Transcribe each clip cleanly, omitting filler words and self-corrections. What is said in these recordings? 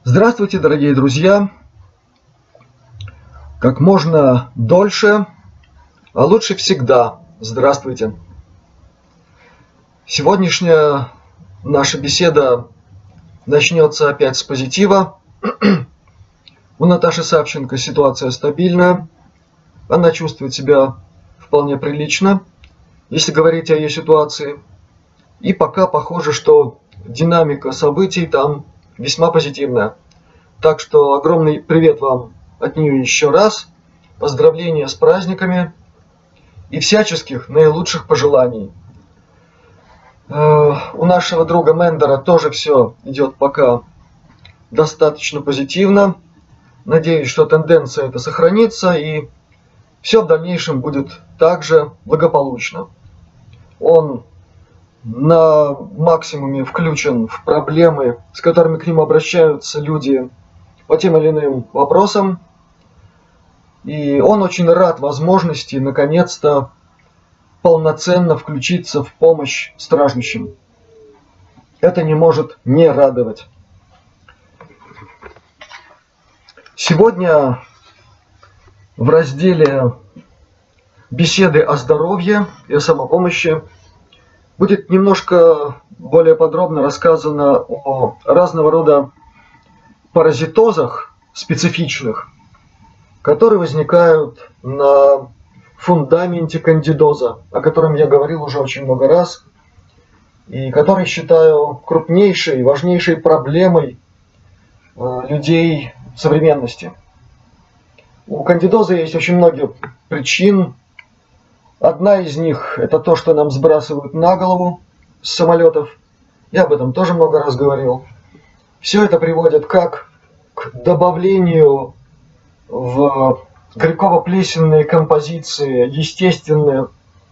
Здравствуйте, дорогие друзья! Как можно дольше, а лучше всегда. Здравствуйте! Сегодняшняя наша беседа начнется опять с позитива. У Наташи Савченко ситуация стабильная. Она чувствует себя вполне прилично, если говорить о ее ситуации. И пока похоже, что динамика событий там весьма позитивная. Так что огромный привет вам от нее еще раз. Поздравления с праздниками и всяческих наилучших пожеланий. У нашего друга Мендера тоже все идет пока достаточно позитивно. Надеюсь, что тенденция эта сохранится и все в дальнейшем будет также благополучно. Он на максимуме включен в проблемы, с которыми к нему обращаются люди по тем или иным вопросам. И он очень рад возможности наконец-то полноценно включиться в помощь страждущим. Это не может не радовать. Сегодня в разделе «Беседы о здоровье и о самопомощи» будет немножко более подробно рассказано о разного рода паразитозах специфичных, которые возникают на фундаменте кандидоза, о котором я говорил уже очень много раз, и который считаю крупнейшей, важнейшей проблемой людей современности. У кандидоза есть очень много причин. Одна из них – это то, что нам сбрасывают на голову с самолетов. Я об этом тоже много раз говорил. Все это приводит как к добавлению в грибково-плесенные композиции, естественные,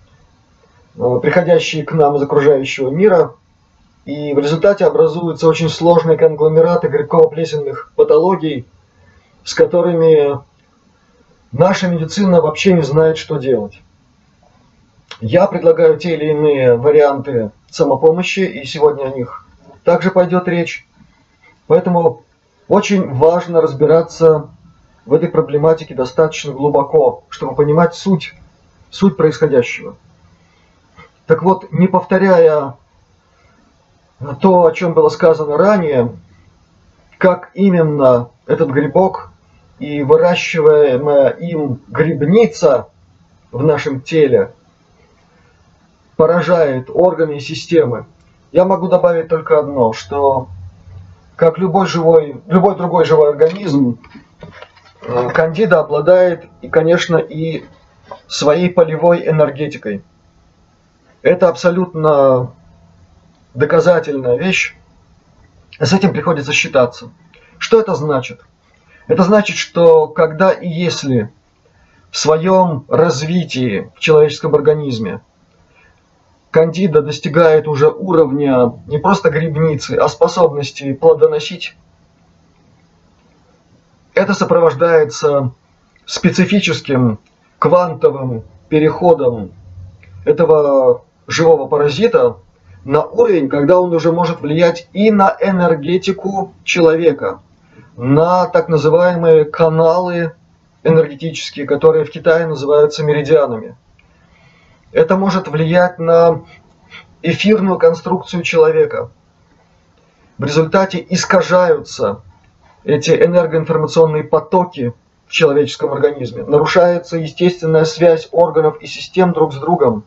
приходящие к нам из окружающего мира. И в результате образуются очень сложные конгломераты грибково-плесенных патологий, с которыми наша медицина вообще не знает, что делать. Я предлагаю те или иные варианты самопомощи, и сегодня о них также пойдет речь. Поэтому очень важно разбираться в этой проблематике достаточно глубоко, чтобы понимать суть происходящего. Так вот, не повторяя то, о чем было сказано ранее, как именно этот грибок и выращиваемая им грибница в нашем теле поражает органы и системы, я могу добавить только одно, что как любой другой живой организм, кандида обладает, и, конечно, и своей полевой энергетикой. Это абсолютно доказательная вещь. С этим приходится считаться. Что это значит? Это значит, что когда и если в своем развитии в человеческом организме кандида достигает уже уровня не просто грибницы, а способности плодоносить, это сопровождается специфическим квантовым переходом этого живого паразита на уровень, когда он уже может влиять и на энергетику человека, на так называемые каналы энергетические, которые в Китае называются меридианами. Это может влиять на эфирную конструкцию человека. В результате искажаются эти энергоинформационные потоки в человеческом организме. Нарушается естественная связь органов и систем друг с другом.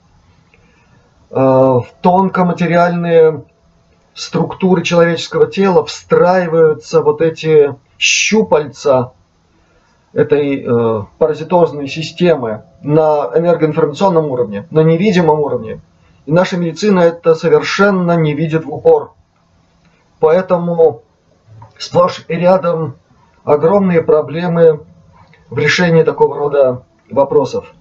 В тонкоматериальные структуры человеческого тела встраиваются вот эти щупальца этой паразитозной системы на энергоинформационном уровне, на невидимом уровне. И наша медицина это совершенно не видит в упор. Поэтому сплошь и рядом огромные проблемы в решении такого рода вопросов.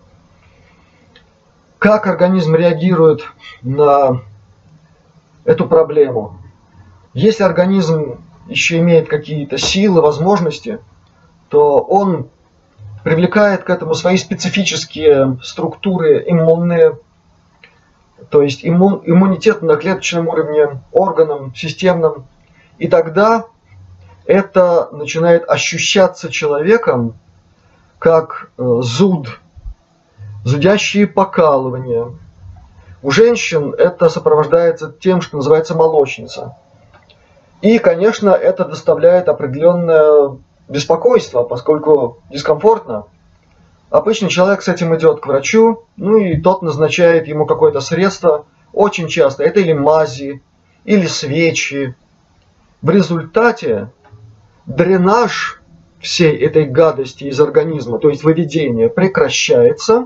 Как организм реагирует на эту проблему? Если организм еще имеет какие-то силы, возможности, то он привлекает к этому свои специфические структуры иммунные, то есть иммунитет на клеточном уровне, органам, системном. И тогда это начинает ощущаться человеком как зуд, зудящие покалывания. У женщин это сопровождается тем, что называется молочница. И, конечно, это доставляет определенное беспокойство, поскольку дискомфортно. Обычно человек с этим идет к врачу, ну и тот назначает ему какое-то средство. Очень часто это или мази, или свечи. В результате дренаж всей этой гадости из организма, то есть выведение, прекращается.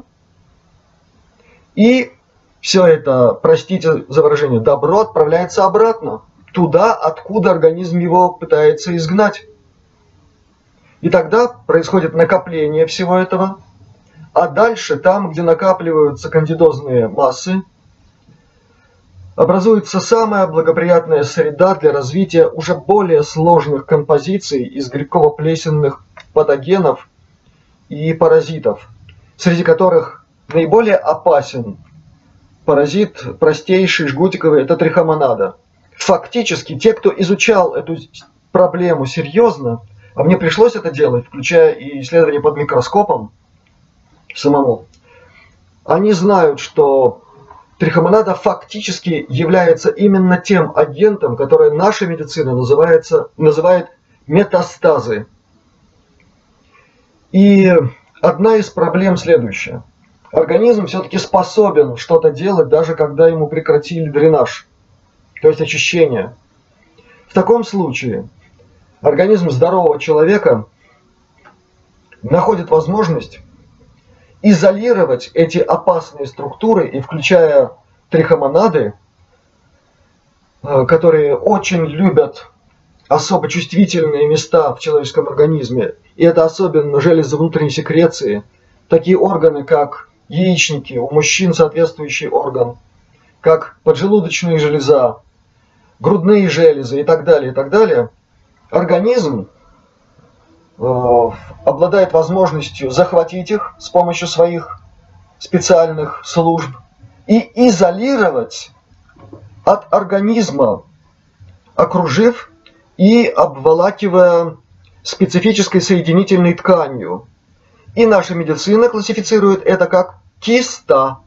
И все это, простите за выражение, добро отправляется обратно, туда, откуда организм его пытается изгнать. И тогда происходит накопление всего этого, а дальше, там, где накапливаются кандидозные массы, образуется самая благоприятная среда для развития уже более сложных композиций из грибково-плесенных патогенов и паразитов, среди которых наиболее опасен паразит простейший, жгутиковый, это трихомонада. Фактически, те, кто изучал эту проблему серьезно, а мне пришлось это делать, включая и исследования под микроскопом самому, они знают, что трихомонада фактически является именно тем агентом, который наша медицина называет метастазы. И одна из проблем следующая. Организм все-таки способен что-то делать, даже когда ему прекратили дренаж, то есть очищение. В таком случае организм здорового человека находит возможность изолировать эти опасные структуры, и включая трихомонады, которые очень любят особо чувствительные места в человеческом организме, и это особенно железы внутренней секреции, такие органы, как яичники, у мужчин соответствующий орган, как поджелудочная железа, грудные железы и так далее, организм обладает возможностью захватить их с помощью своих специальных служб и изолировать от организма, окружив и обволакивая специфической соединительной тканью. И наша медицина классифицирует это как киста.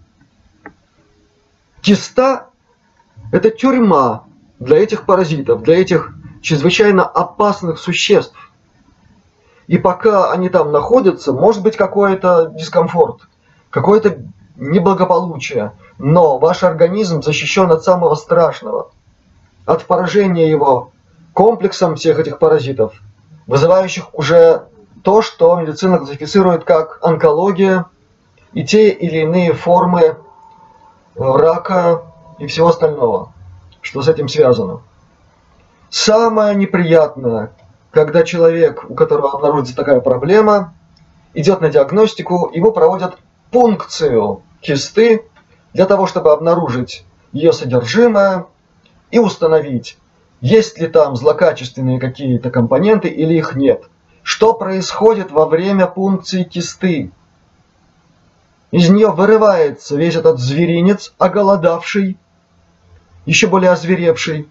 Киста – это тюрьма для этих паразитов, для этих чрезвычайно опасных существ. И пока они там находятся, может быть какой-то дискомфорт, какое-то неблагополучие, но ваш организм защищен от самого страшного, от поражения его комплексом всех этих паразитов, вызывающих уже то, что медицина классифицирует как онкология и те или иные формы рака и всего остального, что с этим связано. Самое неприятное, когда человек, у которого обнаружится такая проблема, идет на диагностику, ему проводят пункцию кисты для того, чтобы обнаружить ее содержимое и установить, есть ли там злокачественные какие-то компоненты или их нет. Что происходит во время пункции кисты? Из нее вырывается весь этот зверинец, оголодавший, еще более озверевший,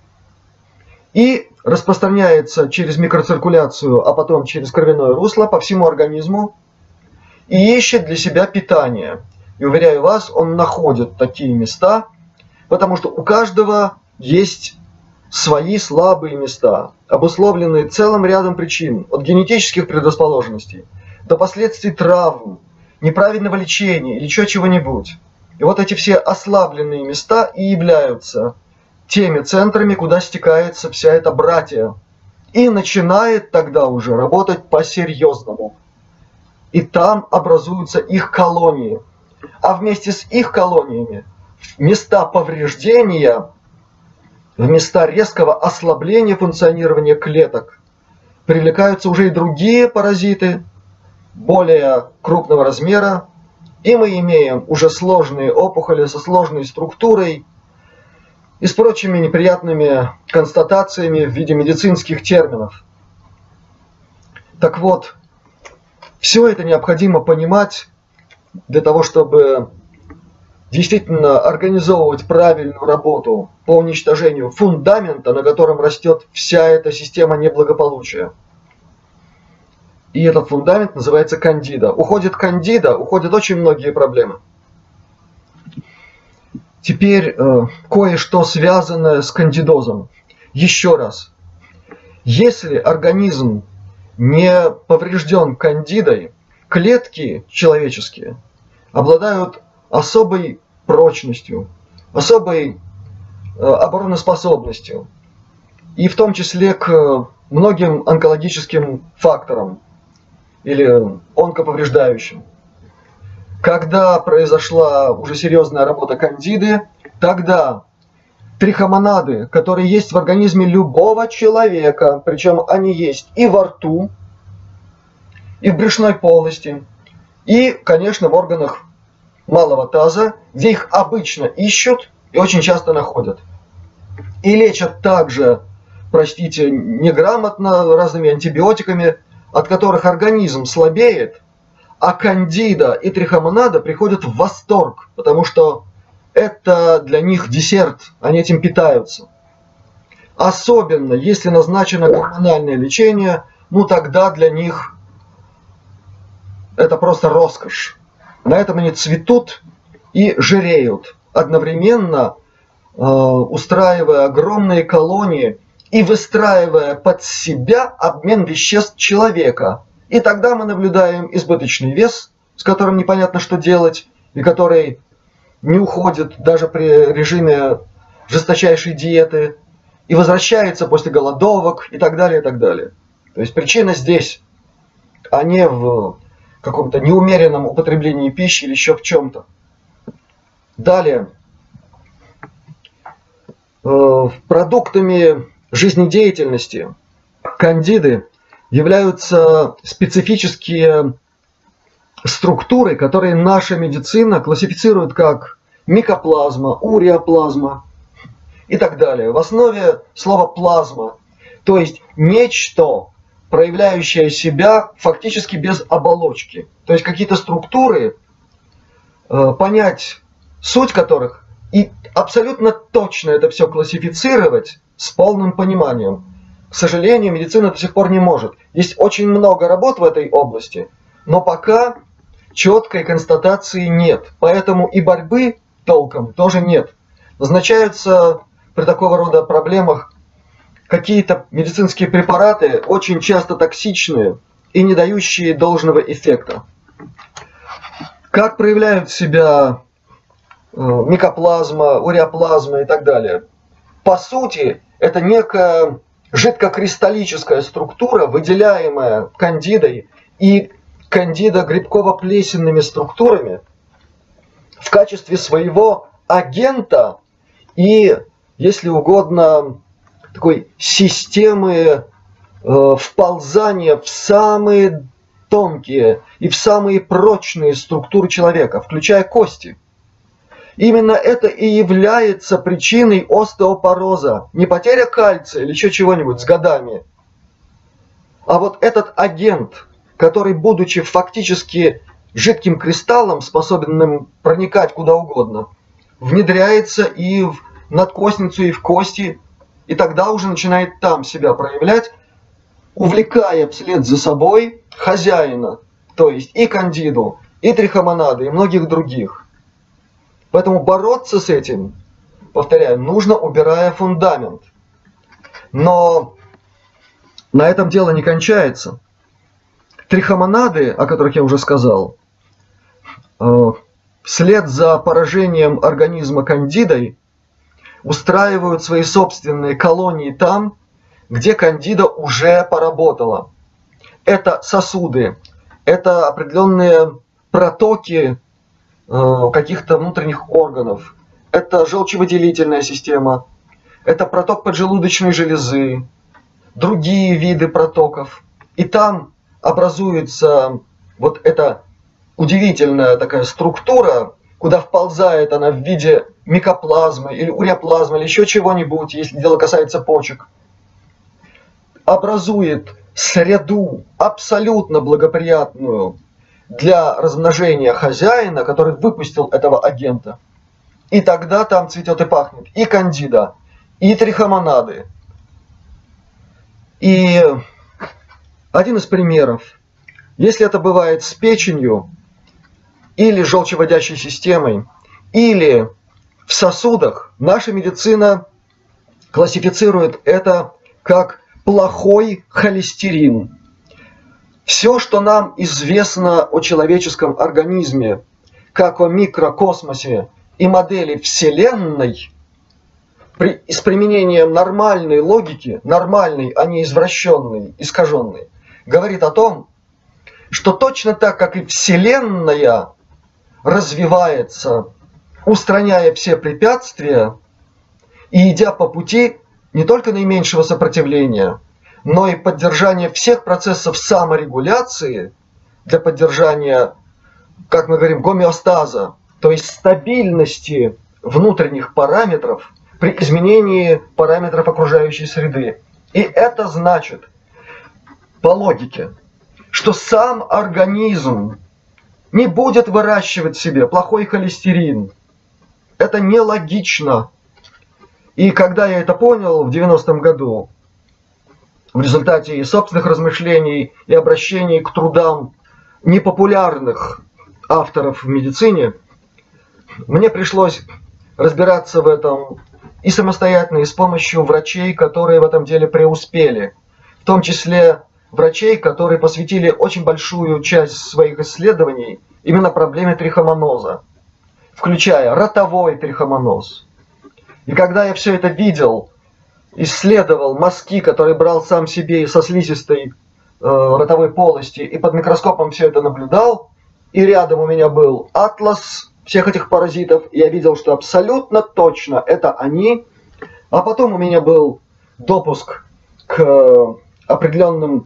и распространяется через микроциркуляцию, а потом через кровяное русло по всему организму и ищет для себя питание. И уверяю вас, он находит такие места, потому что у каждого есть свои слабые места, обусловленные целым рядом причин, от генетических предрасположенностей до последствий травм, неправильного лечения или еще чего-нибудь. И вот эти все ослабленные места и являются теми центрами, куда стекается вся эта братья. И начинает тогда уже работать по-серьезному. И там образуются их колонии. А вместе с их колониями места повреждения, в места резкого ослабления функционирования клеток привлекаются уже и другие паразиты более крупного размера, и мы имеем уже сложные опухоли со сложной структурой и с прочими неприятными констатациями в виде медицинских терминов. Так вот, все это необходимо понимать для того, чтобы действительно организовывать правильную работу по уничтожению фундамента, на котором растет вся эта система неблагополучия. И этот фундамент называется кандида. Уходит кандида, уходят очень многие проблемы. Теперь кое-что связанное с кандидозом. Еще раз. Если организм не поврежден кандидой, клетки человеческие обладают особой прочностью, особой обороноспособностью, и в том числе к многим онкологическим факторам или онкоповреждающим. Когда произошла уже серьезная работа кандиды, тогда трихомонады, которые есть в организме любого человека, причем они есть и во рту, и в брюшной полости, и, конечно, в органах малого таза, где их обычно ищут и очень часто находят. И лечат также, простите, неграмотно, разными антибиотиками, от которых организм слабеет, а кандида и трихомонада приходят в восторг, потому что это для них десерт, они этим питаются. Особенно, если назначено гормональное лечение, ну тогда для них это просто роскошь. На этом они цветут и жиреют, одновременно устраивая огромные колонии и выстраивая под себя обмен веществ человека. И тогда мы наблюдаем избыточный вес, с которым непонятно, что делать, и который не уходит даже при режиме жесточайшей диеты, и возвращается после голодовок, и так далее, и так далее. То есть причина здесь, а не в каком-то неумеренном употреблении пищи или еще в чем-то. Далее. Продуктами жизнедеятельности кандиды являются специфические структуры, которые наша медицина классифицирует как микоплазма, уреоплазма и так далее. В основе слова плазма, то есть нечто, проявляющее себя фактически без оболочки. То есть какие-то структуры, понять суть которых и абсолютно точно это все классифицировать с полным пониманием. К сожалению, медицина до сих пор не может. Есть очень много работ в этой области, но пока четкой констатации нет. Поэтому и борьбы толком тоже нет. Назначаются при такого рода проблемах какие-то медицинские препараты, очень часто токсичные и не дающие должного эффекта. Как проявляют себя микоплазма, уреоплазма и так далее? По сути, это некая жидкокристаллическая структура, выделяемая кандидой и кандидо-грибково-плесенными структурами в качестве своего агента и, если угодно, такой системы вползания в самые тонкие и в самые прочные структуры человека, включая кости. Именно это и является причиной остеопороза. Не потеря кальция или еще чего-нибудь с годами, а вот этот агент, который, будучи фактически жидким кристаллом, способным проникать куда угодно, внедряется и в надкостницу, и в кости, и тогда уже начинает там себя проявлять, увлекая вслед за собой хозяина, то есть и кандиду, и трихомонады, и многих других. Поэтому бороться с этим, повторяю, нужно, убирая фундамент. Но на этом дело не кончается. Трихомонады, о которых я уже сказал, вслед за поражением организма кандидой устраивают свои собственные колонии там, где кандида уже поработала. Это сосуды, это определенные протоки каких-то внутренних органов, это желчевыделительная система, это проток поджелудочной железы, другие виды протоков. И там образуется вот эта удивительная такая структура, куда вползает она в виде микоплазмы или уреоплазмы или еще чего-нибудь, если дело касается почек, образует среду абсолютно благоприятную для размножения хозяина, который выпустил этого агента. И тогда там цветет и пахнет и кандида, и трихомонады. И один из примеров. Если это бывает с печенью, или желчевыводящей системой, или в сосудах, наша медицина классифицирует это как плохой холестерин. Все, что нам известно о человеческом организме, как о микрокосмосе и модели Вселенной, с применением нормальной логики, нормальной, а не извращенной, искаженной, говорит о том, что точно так, как и Вселенная развивается, устраняя все препятствия и идя по пути не только наименьшего сопротивления, но и поддержания всех процессов саморегуляции для поддержания, как мы говорим, гомеостаза, то есть стабильности внутренних параметров при изменении параметров окружающей среды. И это значит, по логике, что сам организм не будет выращивать в себе плохой холестерин. Это нелогично. И когда я это понял в 90-м году, в результате и собственных размышлений, и обращений к трудам непопулярных авторов в медицине, мне пришлось разбираться в этом и самостоятельно, и с помощью врачей, которые в этом деле преуспели. В том числе врачей, которые посвятили очень большую часть своих исследований именно проблеме трихомоноза, включая ротовой трихомоноз. И когда я все это видел, исследовал мазки, которые брал сам себе со слизистой ротовой полости, и под микроскопом все это наблюдал, и рядом у меня был атлас всех этих паразитов, и я видел, что абсолютно точно это они. А потом у меня был допуск к определенным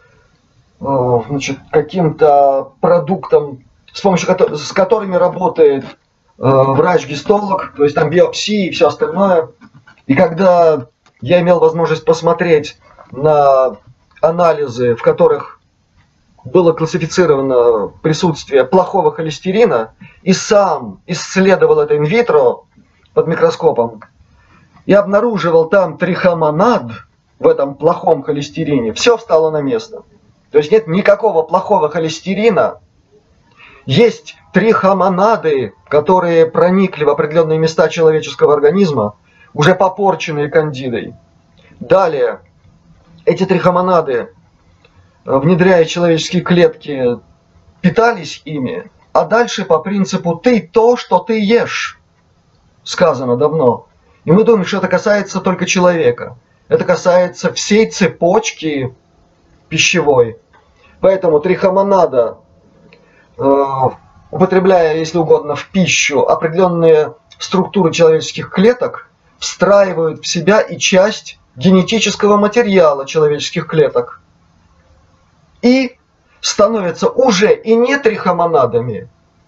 каким-то продуктам, с которыми работает врач-гистолог, то есть там биопсии и все остальное. И когда я имел возможность посмотреть на анализы, в которых было классифицировано присутствие плохого холестерина, и сам исследовал это инвитро под микроскопом, и обнаруживал там трихомонад в этом плохом холестерине, все встало на место. То есть нет никакого плохого холестерина. Есть трихомонады, которые проникли в определенные места человеческого организма, уже попорченные кандидой. Далее, эти трихомонады, внедряя человеческие клетки, питались ими, а дальше по принципу «ты то, что ты ешь», сказано давно. И мы думаем, что это касается только человека. Это касается всей цепочки пищевой. Поэтому трихомонада, употребляя, если угодно, в пищу определенные структуры человеческих клеток, встраивают в себя и часть генетического материала человеческих клеток. И становятся уже и не трихомонадами,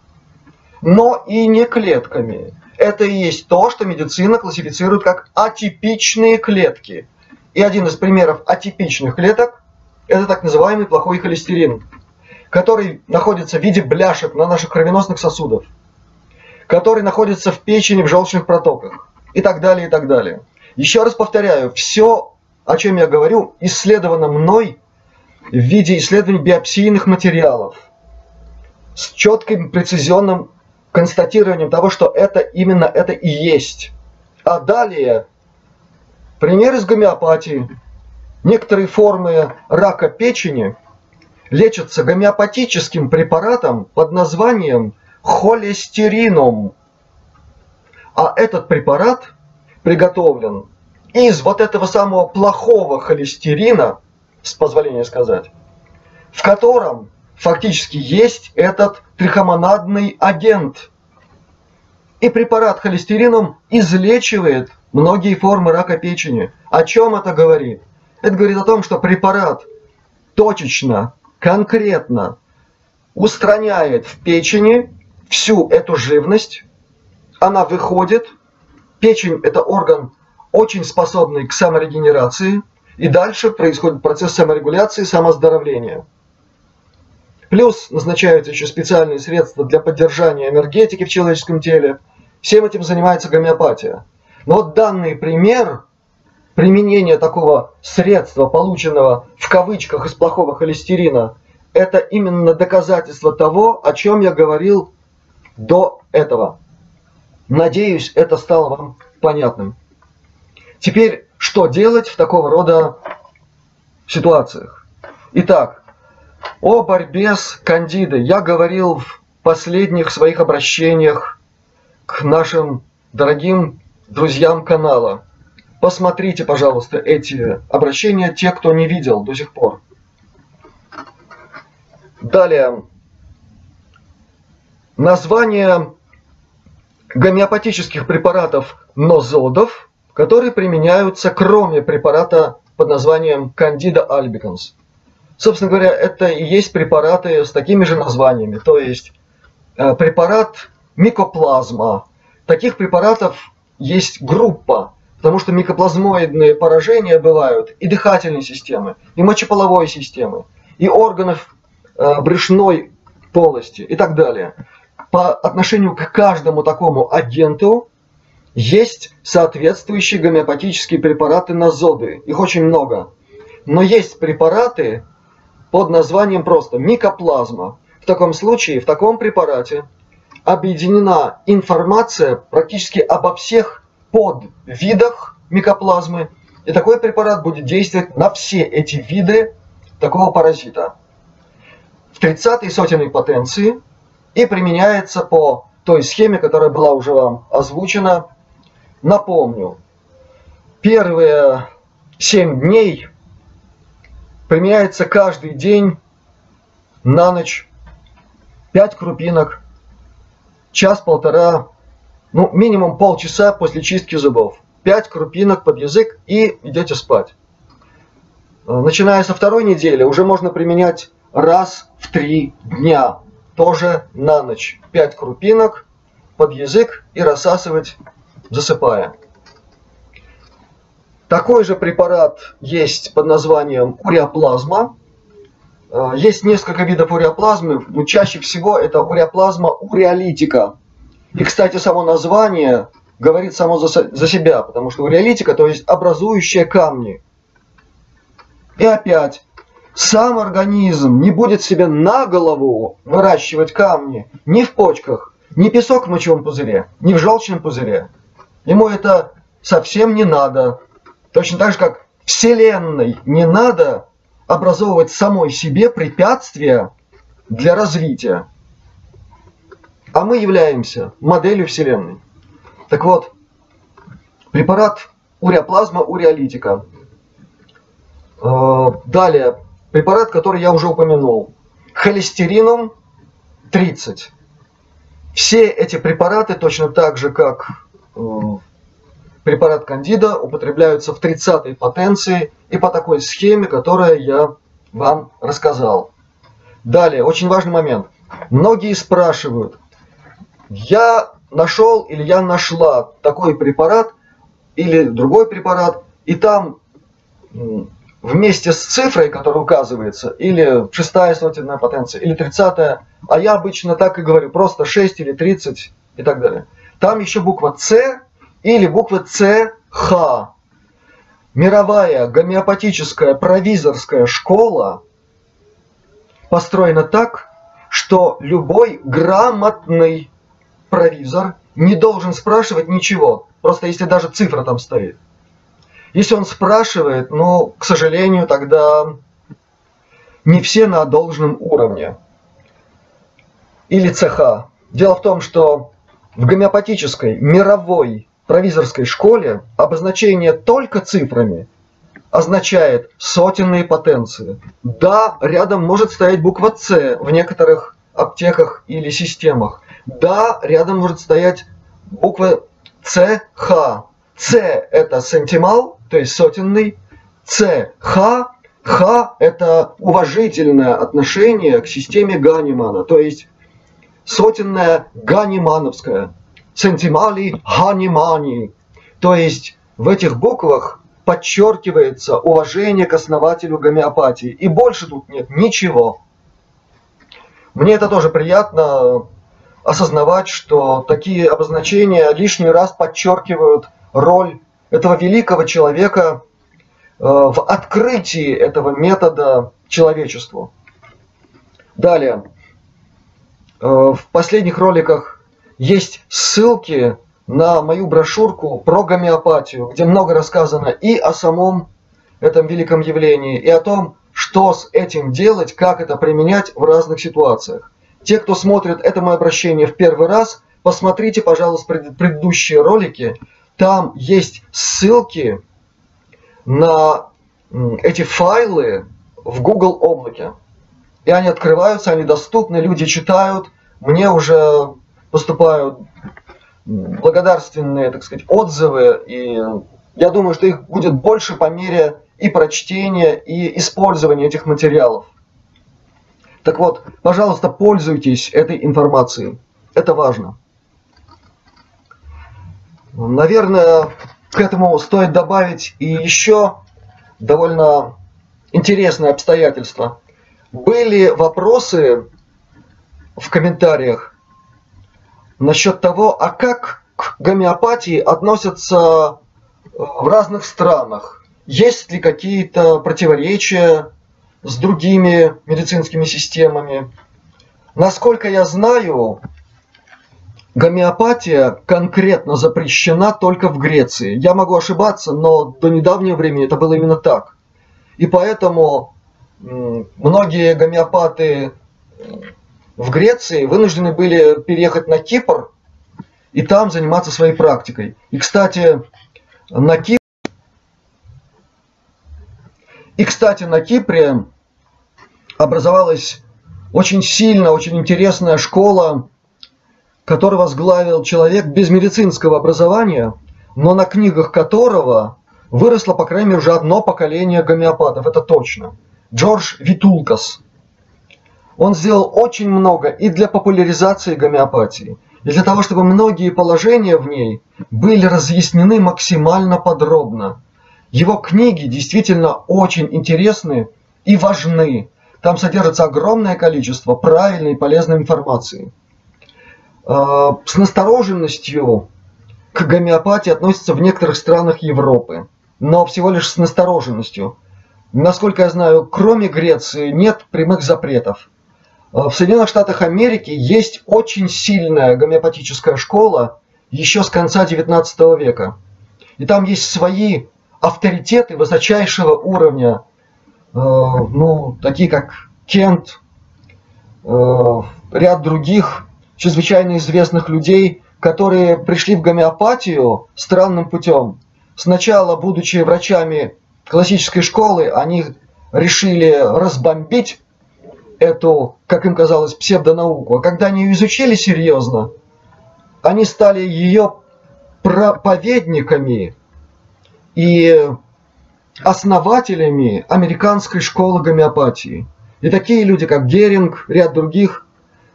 но и не клетками. Это и есть то, что медицина классифицирует как атипичные клетки. И один из примеров атипичных клеток – это так называемый плохой холестерин, который находится в виде бляшек на наших кровеносных сосудах, который находится в печени, в желчных протоках и так далее, и так далее. Еще раз повторяю, все, о чем я говорю, исследовано мной в виде исследований биопсийных материалов с четким, прецизионным констатированием того, что это именно это и есть. А далее, пример из гомеопатии. Некоторые формы рака печени лечатся гомеопатическим препаратом под названием холестерином. А этот препарат приготовлен из вот этого самого плохого холестерина, с позволения сказать, в котором фактически есть этот трихомонадный агент. И препарат холестерином излечивает многие формы рака печени. О чем это говорит? Это говорит о том, что препарат точечно, конкретно устраняет в печени всю эту живность, она выходит. Печень – это орган, очень способный к саморегенерации, и дальше происходит процесс саморегуляции, самооздоровления. Плюс назначаются еще специальные средства для поддержания энергетики в человеческом теле Всем этим занимается гомеопатия. Но вот данный пример применения такого средства, полученного в кавычках из плохого холестерина, это именно доказательство того, о чем я говорил до этого. Надеюсь, это стало вам понятным. Теперь, что делать в такого рода ситуациях? Итак, о борьбе с кандидой я говорил в последних своих обращениях к нашим дорогим друзьям канала. Посмотрите, пожалуйста, эти обращения, те, кто не видел до сих пор. Далее. Название гомеопатических препаратов нозодов, которые применяются кроме препарата под названием Candida albicans. Собственно говоря, это и есть препараты с такими же названиями, то есть препарат микоплазма. Таких препаратов есть группа, потому что микоплазмоидные поражения бывают и дыхательной системы, и мочеполовой системы, и органов брюшной полости и так далее. По отношению к каждому такому агенту есть соответствующие гомеопатические препараты нозоды. Их очень много. Но есть препараты под названием просто микоплазма. В таком случае, в таком препарате объединена информация практически обо всех подвидах микоплазмы. И такой препарат будет действовать на все эти виды такого паразита. В 30-й сотенной потенции и применяется по той схеме, которая была уже вам озвучена. Напомню, первые 7 дней применяется каждый день на ночь 5 крупинок, час-полтора, ну минимум полчаса после чистки зубов. 5 крупинок под язык и идете спать. Начиная со второй недели уже можно применять раз в 3 дня. Тоже на ночь 5 крупинок под язык и рассасывать, засыпая. Такой же препарат есть под названием уреоплазма. Есть несколько видов уреоплазмы, но чаще всего это уреоплазма уреолитика. И, кстати, само название говорит само за себя, потому что уреолитика, то есть образующие камни. И опять, сам организм не будет себе на голову выращивать камни ни в почках, ни песок в мочевом пузыре, ни в желчном пузыре. Ему это совсем не надо. Точно так же, как Вселенной не надо образовывать самой себе препятствия для развития. А мы являемся моделью Вселенной. Так вот, препарат уреоплазма уреолитика. Далее, препарат, который я уже упомянул. Холестеринум 30. Все эти препараты, точно так же, как препарат Кандида, употребляются в 30-й потенции и по такой схеме, которую я вам рассказал. Далее, очень важный момент. Многие спрашивают, я нашел или я нашла такой препарат или другой препарат, и там вместе с цифрой, которая указывается, или 6-я сотенная потенция, или 30-я, а я обычно так и говорю, просто 6 или 30 и так далее. Там еще буква С или буква ЦХ. Мировая гомеопатическая провизорская школа построена так, что любой грамотный провизор не должен спрашивать ничего, просто если даже цифра там стоит. Если он спрашивает, ну, к сожалению, тогда не все на должном уровне. Или ЦХ. Дело в том, что в гомеопатической мировой провизорской школе обозначение только цифрами означает сотенные потенции. Да, рядом может стоять буква С в некоторых аптеках или системах. Да, рядом может стоять буква ЦХ. С это сантимал, то есть сотенный. ЦХ. Х это уважительное отношение к системе Ганимана, то есть сотенная ганимановская. Сантимали Ганимани. То есть в этих буквах подчеркивается уважение к основателю гомеопатии. И больше тут нет ничего. Мне это тоже приятно. осознавать, что такие обозначения лишний раз подчеркивают роль этого великого человека в открытии этого метода человечеству. Далее. В последних роликах есть ссылки на мою брошюрку про гомеопатию, где много рассказано и о самом этом великом явлении, и о том, что с этим делать, как это применять в разных ситуациях. Те, кто смотрит это мое обращение в первый раз, посмотрите, пожалуйста, предыдущие ролики. Там есть ссылки на эти файлы в Google облаке. И они открываются, они доступны, люди читают. Мне уже поступают благодарственные, так сказать, отзывы. И я думаю, что их будет больше по мере и прочтения, и использования этих материалов. Так вот, пожалуйста, пользуйтесь этой информацией. Это важно. Наверное, к этому стоит добавить и еще довольно интересное обстоятельство. Были вопросы в комментариях насчет того, а как к гомеопатии относятся в разных странах. Есть ли какие-то противоречия с другими медицинскими системами? Насколько я знаю, гомеопатия конкретно запрещена только в Греции. Я могу ошибаться, но до недавнего времени это было именно так. И поэтому многие гомеопаты в Греции вынуждены были переехать на Кипр и там заниматься своей практикой. И, кстати, на Кипре образовалась очень сильная, очень интересная школа, которую возглавил человек без медицинского образования, но на книгах которого выросло, по крайней мере, уже одно поколение гомеопатов, это точно. Джордж Витулкас. Он сделал очень много и для популяризации гомеопатии, и для того, чтобы многие положения в ней были разъяснены максимально подробно. Его книги действительно очень интересны и важны. Там содержится огромное количество правильной и полезной информации. С настороженностью к гомеопатии относятся в некоторых странах Европы, но всего лишь с настороженностью. Насколько я знаю, кроме Греции нет прямых запретов. В Соединенных Штатах Америки есть очень сильная гомеопатическая школа еще с конца XIX века. И там есть свои авторитеты высочайшего уровня, такие как Кент, ряд других чрезвычайно известных людей, которые пришли в гомеопатию странным путем. Сначала, будучи врачами классической школы, они решили разбомбить эту, как им казалось, псевдонауку. А когда они ее изучили серьезно, они стали ее проповедниками и основателями американской школы гомеопатии. И такие люди, как Геринг, ряд других,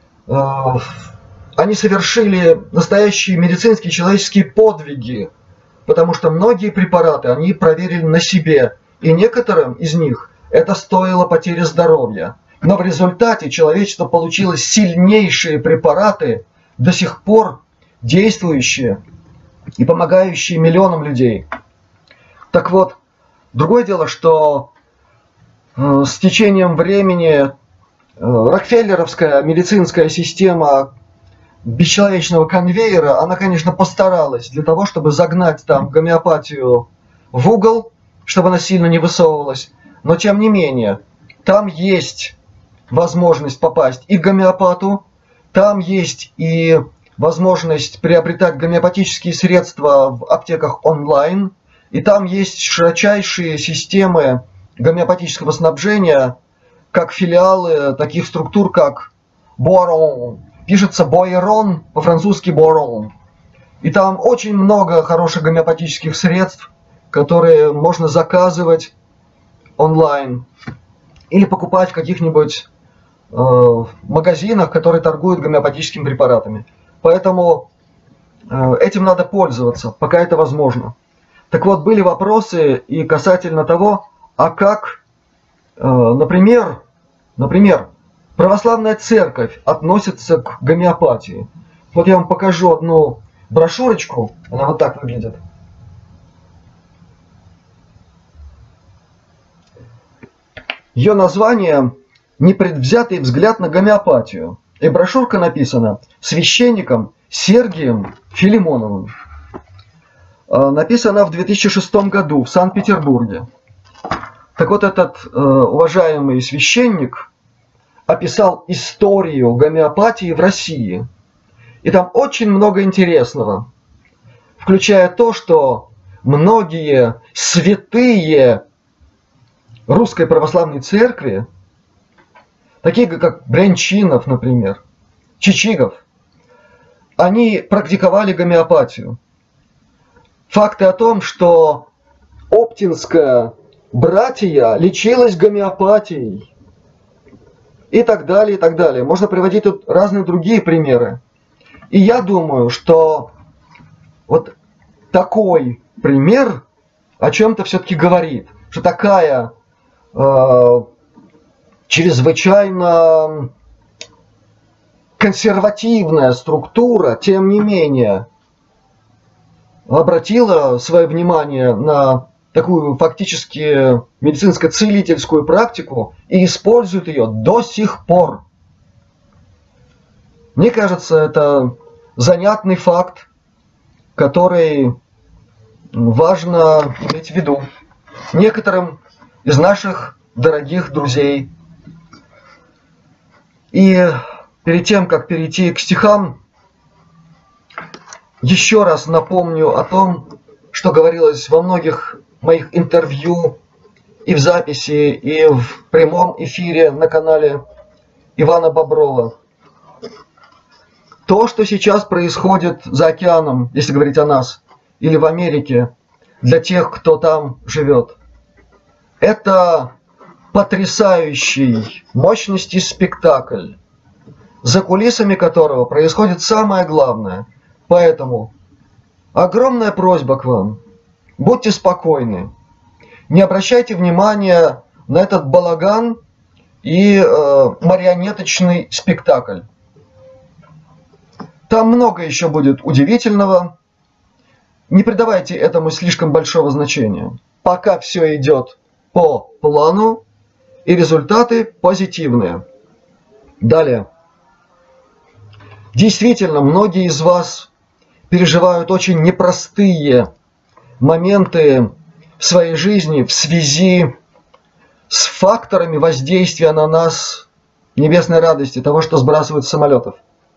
они совершили настоящие медицинские человеческие подвиги, потому что многие препараты они проверили на себе, и некоторым из них это стоило потери здоровья. Но в результате человечество получило сильнейшие препараты, до сих пор действующие и помогающие миллионам людей. Так вот, другое дело, что с течением времени рокфеллеровская медицинская система бесчеловечного конвейера, она, конечно, постаралась для того, чтобы загнать там гомеопатию в угол, чтобы она сильно не высовывалась. Но, тем не менее, там есть возможность попасть и к гомеопату, там есть и возможность приобретать гомеопатические средства в аптеках онлайн, и там есть широчайшие системы гомеопатического снабжения, как филиалы таких структур, как Boiron. Пишется Boiron, по-французски Boiron. И там очень много хороших гомеопатических средств, которые можно заказывать онлайн или покупать в каких-нибудь магазинах, которые торгуют гомеопатическими препаратами. Поэтому этим надо пользоваться, пока это возможно. Так вот, были вопросы и касательно того, а как, например, православная церковь относится к гомеопатии? Вот я вам покажу одну брошюрочку, она вот так выглядит. Ее название «Непредвзятый взгляд на гомеопатию». И брошюрка написана священником Сергием Филимоновым. Написана в 2006 году в Санкт-Петербурге. Так вот, этот уважаемый священник описал историю гомеопатии в России. И там очень много интересного, включая то, что многие святые Русской Православной Церкви, такие как Брянчинов, например, Чичигов, они практиковали гомеопатию. Факты о том, что Оптинская братья лечилась гомеопатией и так далее, и так далее. Можно приводить тут разные другие примеры. И я думаю, что вот такой пример о чем-то все-таки говорит, что такая чрезвычайно консервативная структура, тем не менее, обратила свое внимание на такую фактически медицинско-целительскую практику и использует ее до сих пор. Мне кажется, это занятный факт, который важно иметь в виду некоторым из наших дорогих друзей. И перед тем, как перейти к стихам, еще раз напомню о том, что говорилось во многих моих интервью и в записи, и в прямом эфире на канале Ивана Боброва. То, что сейчас происходит за океаном, если говорить о нас, или в Америке, для тех, кто там живет, это потрясающий мощности спектакль, за кулисами которого происходит самое главное. Поэтому огромная просьба к вам. Будьте спокойны. Не обращайте внимания на этот балаган и марионеточный спектакль. Там много еще будет удивительного. Не придавайте этому слишком большого значения. Пока все идет по плану и результаты позитивные. Далее. Действительно, многие из вас переживают очень непростые моменты в своей жизни в связи с факторами воздействия на нас небесной радости, того, что сбрасывают с самолетов.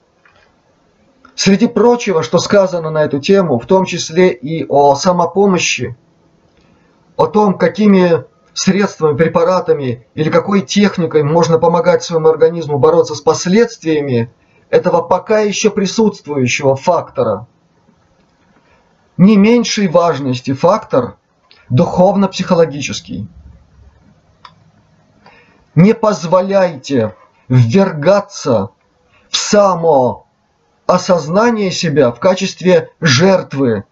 Среди прочего, что сказано на эту тему, в том числе и о самопомощи, о том, какими средствами, препаратами или какой техникой можно помогать своему организму бороться с последствиями этого пока еще присутствующего фактора. Не меньшей важности фактор духовно-психологический. Не позволяйте ввергаться в самоосознание себя в качестве жертвы.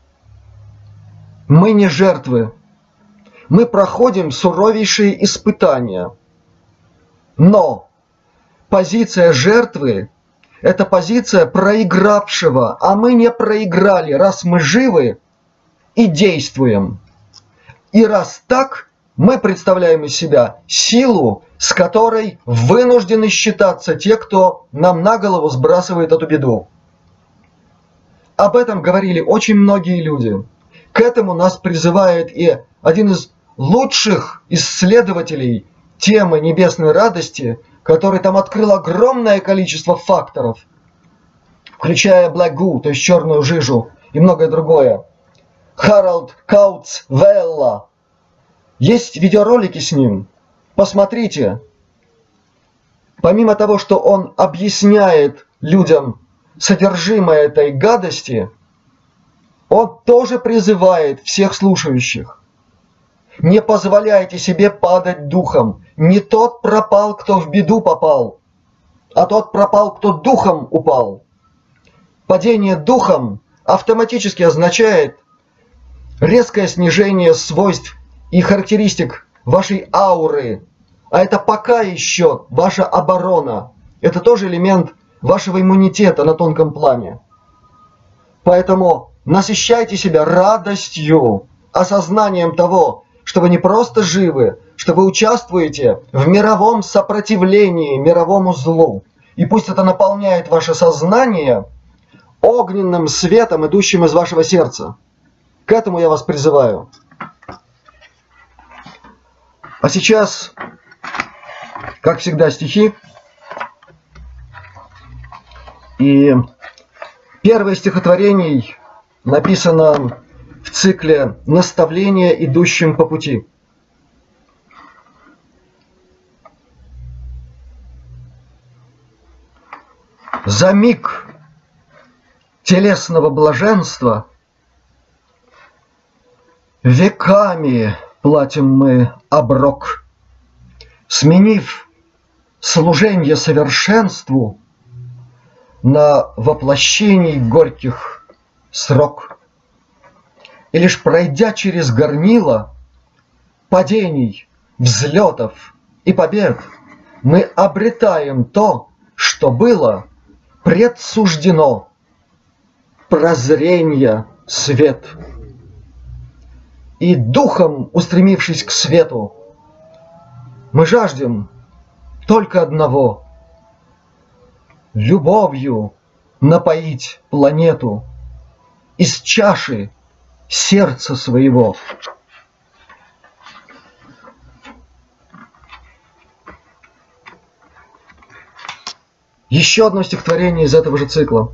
Мы не жертвы. Мы проходим суровейшие испытания. Но позиция жертвы – это позиция проигравшего, а мы не проиграли, раз мы живы и действуем. И раз так, мы представляем из себя силу, с которой вынуждены считаться те, кто нам на голову сбрасывает эту беду. Об этом говорили очень многие люди. К этому нас призывает и один из лучших исследователей темы небесной радости, который там открыл огромное количество факторов, включая Black Goo, то есть черную жижу, и многое другое. Харальд Кауцвелла. Есть видеоролики с ним. Посмотрите. Помимо того, что он объясняет людям содержимое этой гадости, он тоже призывает всех слушающих. Не позволяйте себе падать духом. Не тот пропал, кто в беду попал, а тот пропал, кто духом упал. Падение духом автоматически означает резкое снижение свойств и характеристик вашей ауры, А это пока еще ваша оборона. Это тоже элемент вашего иммунитета на тонком плане. Поэтому насыщайте себя радостью, осознанием того, что вы не просто живы, что вы участвуете в мировом сопротивлении мировому злу. И пусть это наполняет ваше сознание огненным светом, идущим из вашего сердца. К этому я вас призываю. А сейчас, как всегда, стихи. И первое стихотворение написано в цикле «Наставления идущим по пути». За миг телесного блаженства веками платим мы оброк, сменив служенье совершенству на воплощении горьких срок. И лишь пройдя через горнило падений, взлетов и побед, мы обретаем то, что было предсуждено, прозрение, свет. И духом, устремившись к свету, мы жаждем только одного — любовью напоить планету из чаши сердца своего. Еще одно стихотворение из этого же цикла.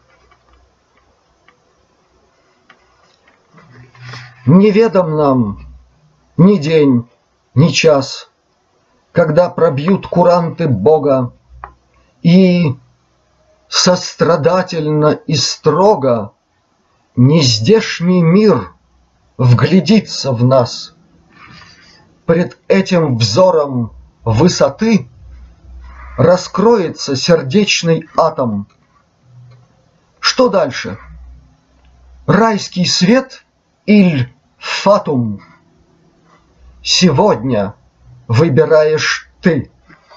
Неведом нам ни день, ни час, когда пробьют куранты Бога, и сострадательно и строго нездешний мир вглядится в нас. Пред этим взором высоты раскроется сердечный атом. Что дальше? Райский свет иль фатум? Сегодня выбираешь ты.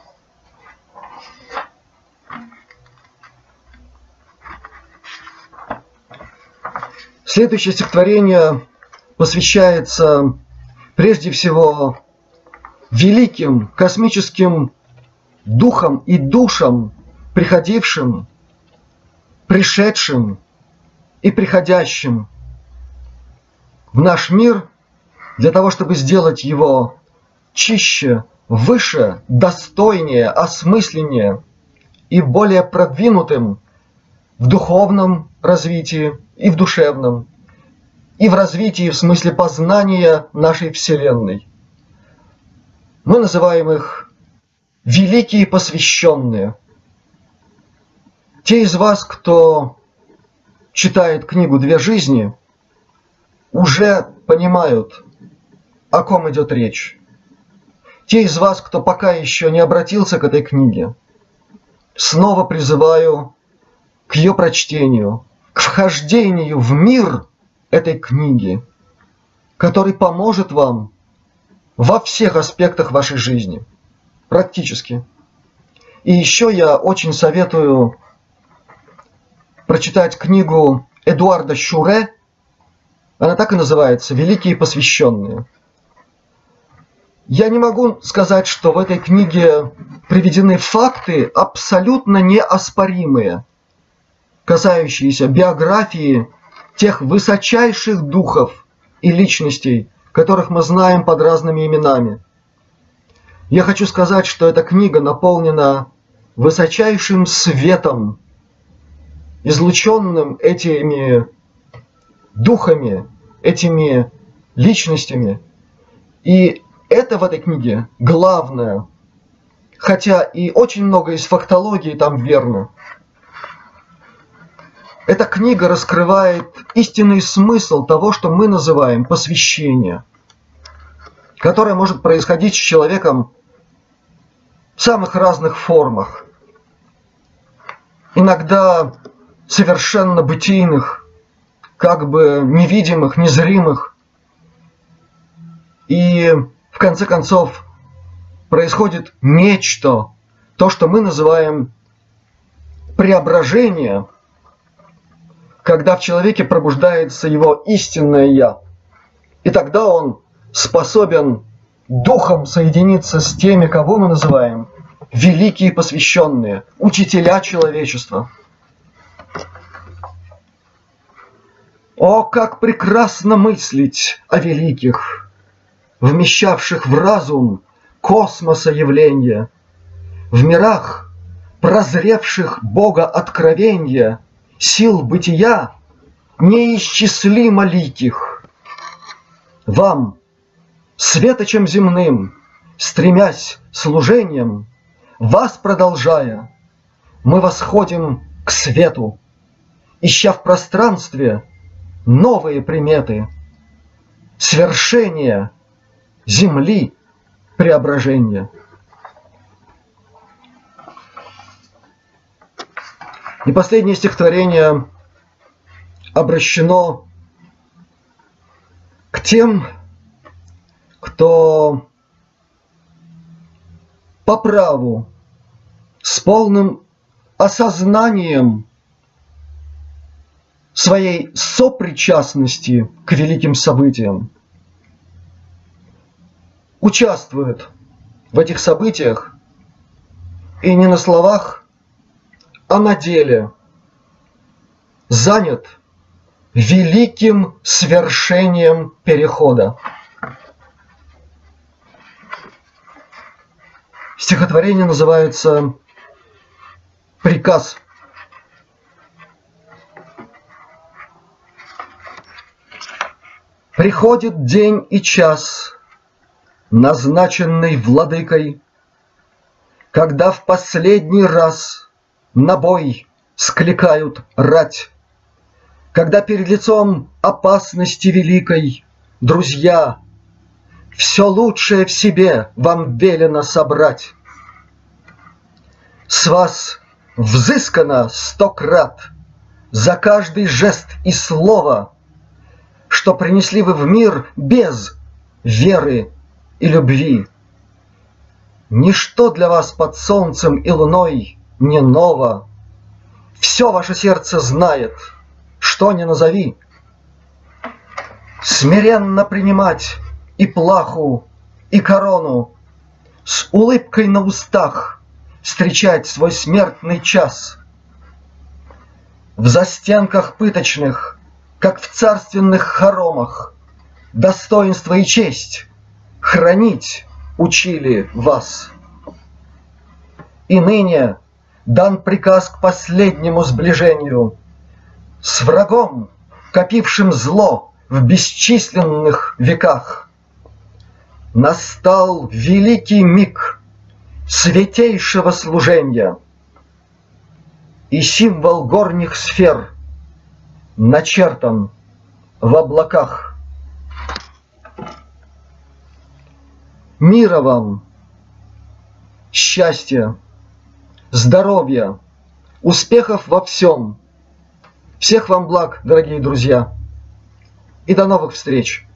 Следующее стихотворение посвящается прежде всего великим космическим духам и душам, приходившим, пришедшим и приходящим в наш мир для того, чтобы сделать его чище, выше, достойнее, осмысленнее и более продвинутым в духовном развитии и в душевном, и в развитии в смысле познания нашей Вселенной. Мы называем их великие посвященные. Те из вас, кто читает книгу «Две жизни», уже понимают, о ком идет речь. Те из вас, кто пока еще не обратился к этой книге, снова призываю к ее прочтению, к вхождению в мир этой книги, который поможет вам во всех аспектах вашей жизни, практически. И еще я очень советую прочитать книгу Эдуарда Шуре, она так и называется «Великие посвященные». Я не могу сказать, что в этой книге приведены факты абсолютно неоспоримые, касающиеся биографии тех высочайших духов и личностей, которых мы знаем под разными именами. Я хочу сказать, что эта книга наполнена высочайшим светом, излученным этими духами, этими личностями. И это в этой книге главное, хотя и очень много из фактологии там верно. Эта книга раскрывает истинный смысл того, что мы называем посвящение, которое может происходить с человеком в самых разных формах. Иногда совершенно бытийных, как бы невидимых, незримых. И в конце концов происходит нечто, то, что мы называем преображение, когда в человеке пробуждается его истинное «я». И тогда он способен духом соединиться с теми, кого мы называем великие посвященные, учителя человечества. О, как прекрасно мыслить о великих, вмещавших в разум космоса явления, в мирах, прозревших Бога откровения, сил бытия неисчислимо ликих. Вам, светочем земным, стремясь служением, вас продолжая, мы восходим к свету, ища в пространстве новые приметы, свершения земли преображения. И последнее стихотворение обращено к тем, кто по праву, с полным осознанием своей сопричастности к великим событиям участвует в этих событиях и не на словах, а на деле занят великим свершением перехода. Стихотворение называется «Приказ». Приходит день и час, назначенный владыкой, когда в последний раз на бой скликают рать, когда перед лицом опасности великой, друзья, все лучшее в себе вам велено собрать. С вас взыскано 100 крат за каждый жест и слово, что принесли вы в мир без веры и любви. Ничто для вас под солнцем и луной не ново. Все ваше сердце знает, что ни назови. Смиренно принимать и плаху, и корону, с улыбкой на устах встречать свой смертный час. В застенках пыточных, как в царственных хоромах, достоинство и честь хранить учили вас. И ныне дан приказ к последнему сближению с врагом, копившим зло в бесчисленных веках. Настал великий миг святейшего служения, и символ горних сфер начертан в облаках. Мира вам, счастья, здоровья, успехов во всем. Всех вам благ, дорогие друзья, и до новых встреч!